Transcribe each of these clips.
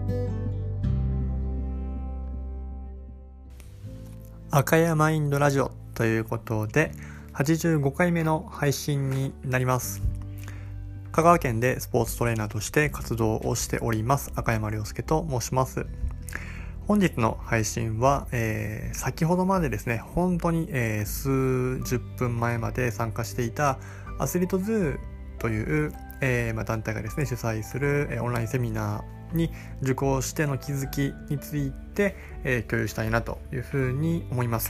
赤山インドラジオということで85回目の配信になります。香川県でスポーツトレーナーとして活動をしております赤山亮介と申します。本日の配信は、先ほどまでですね本当に、数十分前まで参加していたアスリートズーという、団体がですね主催する、オンラインセミナーに受講しての気づきについて、共有したいなというふうに思います。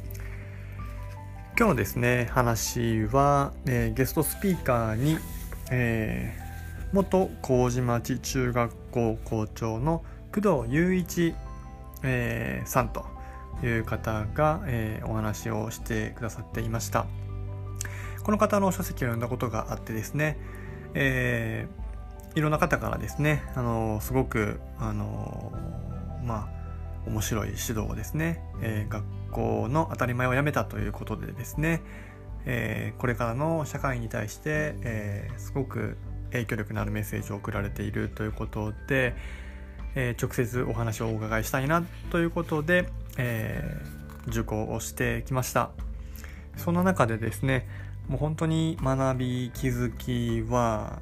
今日のですね話は、ゲストスピーカーに、元麹町中学校校長の工藤雄一、さんという方が、お話をしてくださっていました。この方の書籍を読んだことがあってですね、いろんな方からですねすごく面白い指導をですね、学校の当たり前をやめたということでですね、これからの社会に対して、すごく影響力のあるメッセージを送られているということで、直接お話をお伺いしたいなということで、受講をしてきました。そんな中でですねもう本当に学び気づきは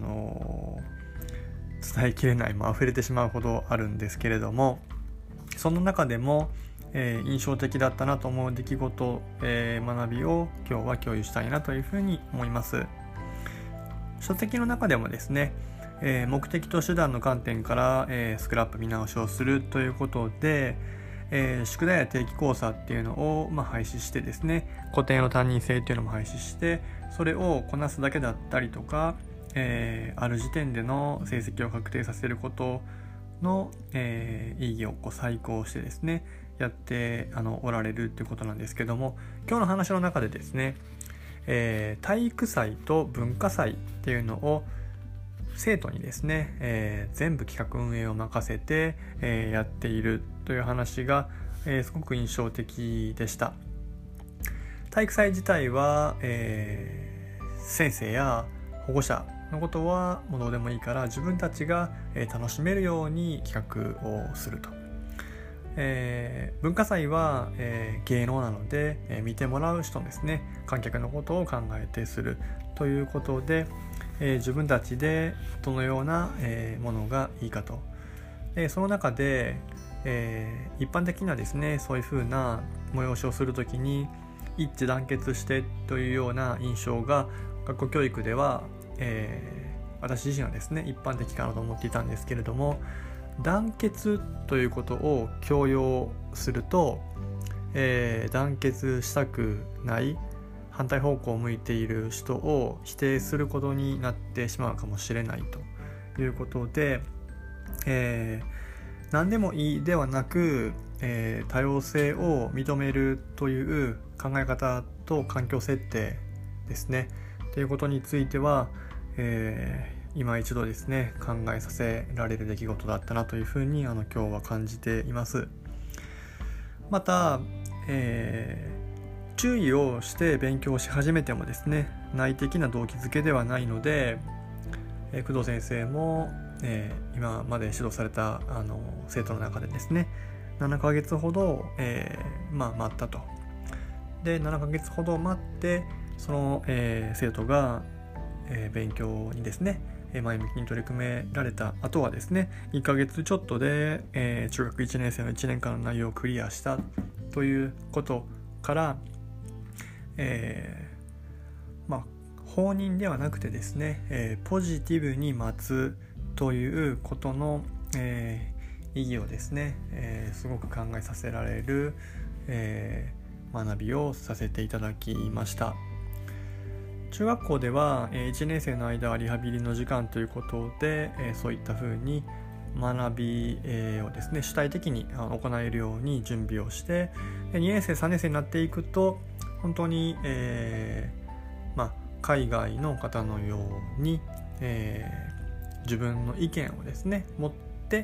伝えきれない、溢れてしまうほどあるんですけれども、その中でも、印象的だったなと思う出来事、学びを今日は共有したいなというふうに思います。書籍の中でもですね、目的と手段の観点から、スクラップ見直しをするということで、宿題や定期考査っていうのを、廃止してですね固定の担任制っていうのも廃止してそれをこなすだけだったりとか、ある時点での成績を確定させることの、意義を再考してですねやっておられるということなんですけども、今日の話の中でですね、体育祭と文化祭っていうのを生徒にですね、全部企画運営を任せて、やっているという話が、すごく印象的でした。体育祭自体は、先生や保護者のことはもうどうでもいいから自分たちが、楽しめるように企画をすると。文化祭は、芸能なので、見てもらう人ですね観客のことを考えてするということで、自分たちでどのような、ものがいいかと、その中で、一般的なですねそういう風な催しをするときに一致団結してというような印象が学校教育では、私自身はですね一般的かなと思っていたんですけれども、団結ということを強要すると、団結したくない反対方向を向いている人を否定することになってしまうかもしれないということで、何でもいいではなく、多様性を認めるという考え方と環境設定ですねということについては、今一度ですね考えさせられる出来事だったなというふうに今日は感じています。また、注意をして勉強し始めてもですね内的な動機づけではないので、工藤先生も、今まで指導された生徒の中でですね7ヶ月ほど、待ったと。で7ヶ月ほど待ってその、生徒が、勉強にですね前向きに取り組められた後はですね1ヶ月ちょっとで、中学1年生の1年間の内容をクリアしたということから、放任ではなくてですね、ポジティブに待つということの、意義をですね、すごく考えさせられる、学びをさせていただきました。中学校では1年生の間はリハビリの時間ということで、そういったふうに学びをですね主体的に行えるように準備をして2年生3年生になっていくと本当に、海外の方のように、自分の意見をですね持って、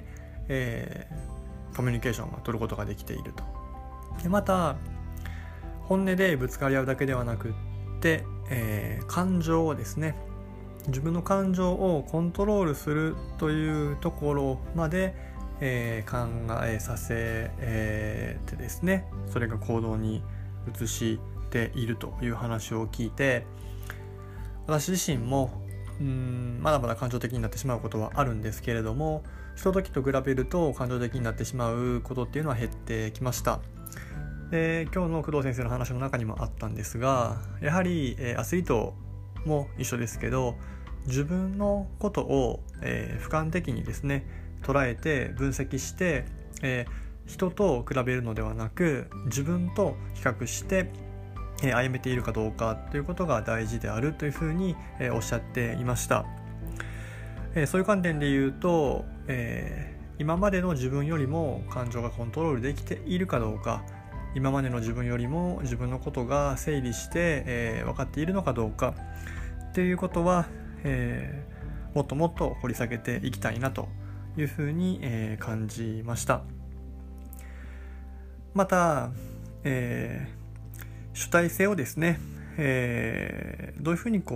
コミュニケーションを取ることができていると。でまた本音でぶつかり合うだけではなくって、感情をですね、 自分の感情をコントロールするというところまで、考えさせてですね、それが行動に移しているという話を聞いて、私自身もまだまだ感情的になってしまうことはあるんですけれども、その時と比べると感情的になってしまうことっていうのは減ってきました。で、今日の工藤先生の話の中にもあったんですが、やはりアスリートも一緒ですけど、自分のことを俯瞰的にですね捉えて分析して、人と比べるのではなく自分と比較して歩めているかどうかということが大事であるというふうにおっしゃっていました。そういう観点で言うと、今までの自分よりも感情がコントロールできているかどうか、今までの自分よりも自分のことが整理して、分かっているのかどうかっていうことは、もっともっと掘り下げていきたいなというふうに、感じました。また、主体性をですね、どういうふうに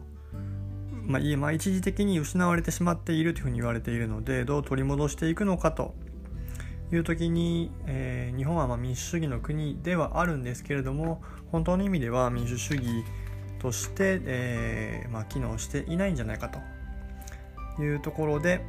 一時的に失われてしまっているというふうに言われているので、どう取り戻していくのかという時に、日本は民主主義の国ではあるんですけれども、本当の意味では民主主義として、機能していないんじゃないかというところで、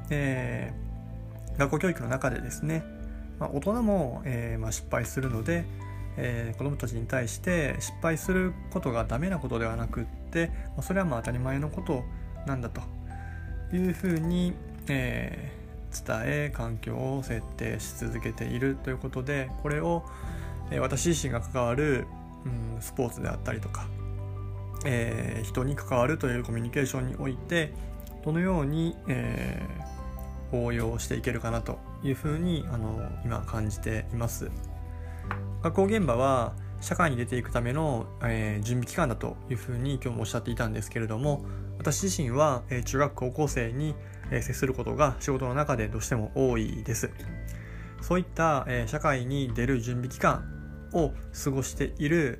学校教育の中でですね、大人も、失敗するので、子どもたちに対して失敗することがダメなことではなくって、それは当たり前のことなんだというふうに、伝え環境を設定し続けているということで、これを、私自身が関わる、スポーツであったりとか、人に関わるというコミュニケーションにおいてどのように、応用していけるかなというふうに今感じています。学校現場は社会に出ていくための、準備期間だというふうに今日もおっしゃっていたんですけれども、私自身は、中学高校生に、接することが仕事の中でどうしても多いです。そういった、社会に出る準備期間を過ごしている、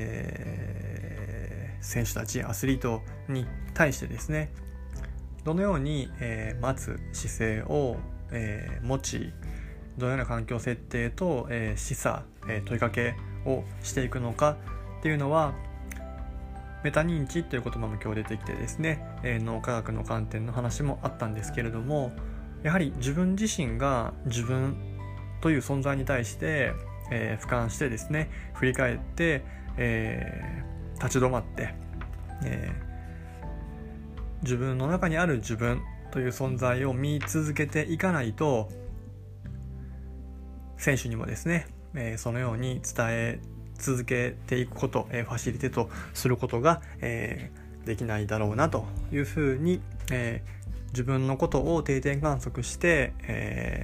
選手たちアスリートに対してですね、どのように、待つ姿勢を、持ち、どのような環境設定と、示唆、問いかけをしていくのかっていうのは、メタ認知という言葉も今日出てきてですね、脳科学の観点の話もあったんですけれども、やはり自分自身が自分という存在に対して、俯瞰してですね、振り返って、立ち止まって、自分の中にある自分という存在を見続けていかないと、選手にもですね、そのように伝え続けていくこと、ファシリテートすることが、できないだろうなというふうに、自分のことを定点観測して、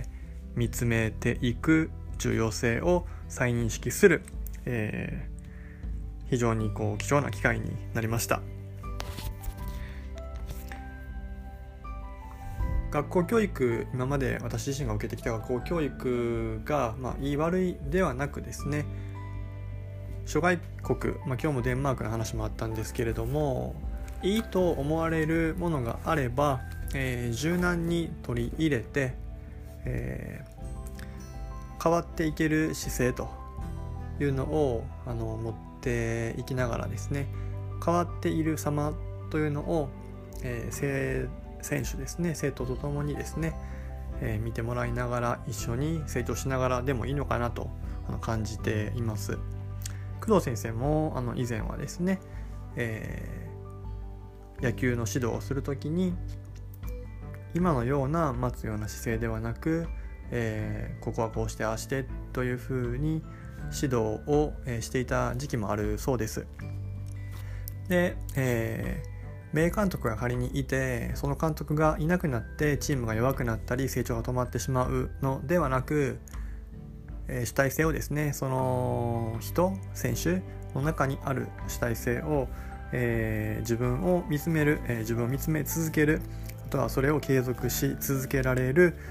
見つめていく重要性を再認識する、非常に貴重な機会になりました。学校教育、今まで私自身が受けてきた学校教育が、いい悪いではなくですね、諸外国、今日もデンマークの話もあったんですけれども、いいと思われるものがあれば、柔軟に取り入れて、変わっていける姿勢というのを持っていきながらですね、変わっている様というのを、選手ですね、生徒とともにですね、見てもらいながら一緒に成長しながらでもいいのかなと感じています。工藤先生も以前はですね、野球の指導をするときに今のような待つような姿勢ではなく、ここはこうしてああしてというふうに指導をしていた時期もあるそうです。で、名監督が仮にいて、その監督がいなくなってチームが弱くなったり成長が止まってしまうのではなく、主体性をですね、その選手の中にある主体性を、自分を見つめる、自分を見つめ続ける、あとはそれを継続し続けられる、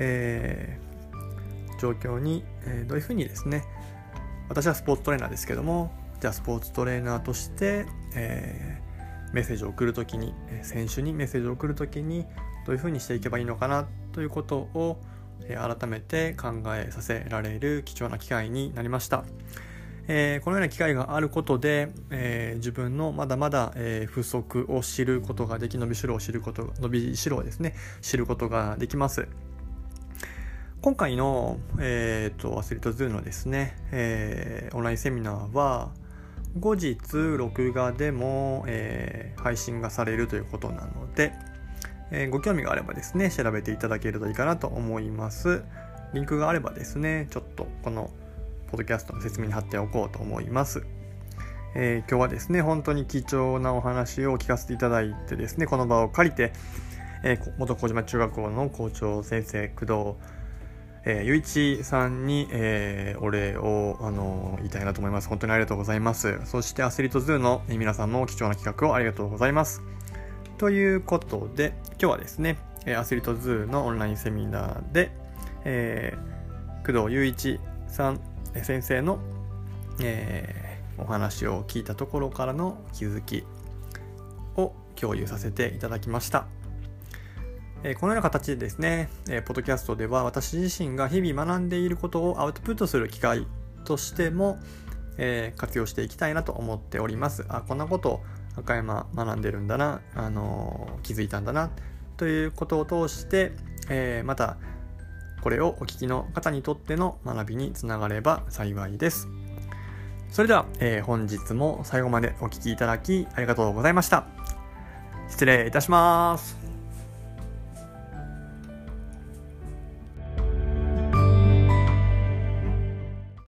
状況に、どういうふうにですね、私はスポーツトレーナーですけども、じゃあスポーツトレーナーとして、 メッセージを送るときに、選手にメッセージを送るときにどういうふうにしていけばいいのかなということを改めて考えさせられる貴重な機会になりました。このような機会があることで、自分のまだまだ、不足を知ることができ、伸びしろをですね、知ることができます。今回の、アスリートズーのですね、オンラインセミナーは後日録画でも、配信がされるということなので、ご興味があればですね、調べていただけるといいかなと思います。リンクがあればですね、ちょっとこのポッドキャストの説明に貼っておこうと思います。今日はですね、本当に貴重なお話を聞かせていただいてですね、この場を借りて、元小島中学校の校長先生工藤雄一さんに、お礼を言いたいなと思います。本当にありがとうございます。そしてアスリートズーの皆さんも貴重な企画をありがとうございます。ということで今日はですね、アスリートズーのオンラインセミナーで、工藤雄一さん先生の、お話を聞いたところからの気づきを共有させていただきました。このような形でですね、ポッドキャストでは私自身が日々学んでいることをアウトプットする機会としても、活用していきたいなと思っております。こんなことを赤山学んでるんだな、気づいたんだなということを通して、またこれをお聞きの方にとっての学びにつながれば幸いです。それでは、本日も最後までお聞きいただきありがとうございました。失礼いたします。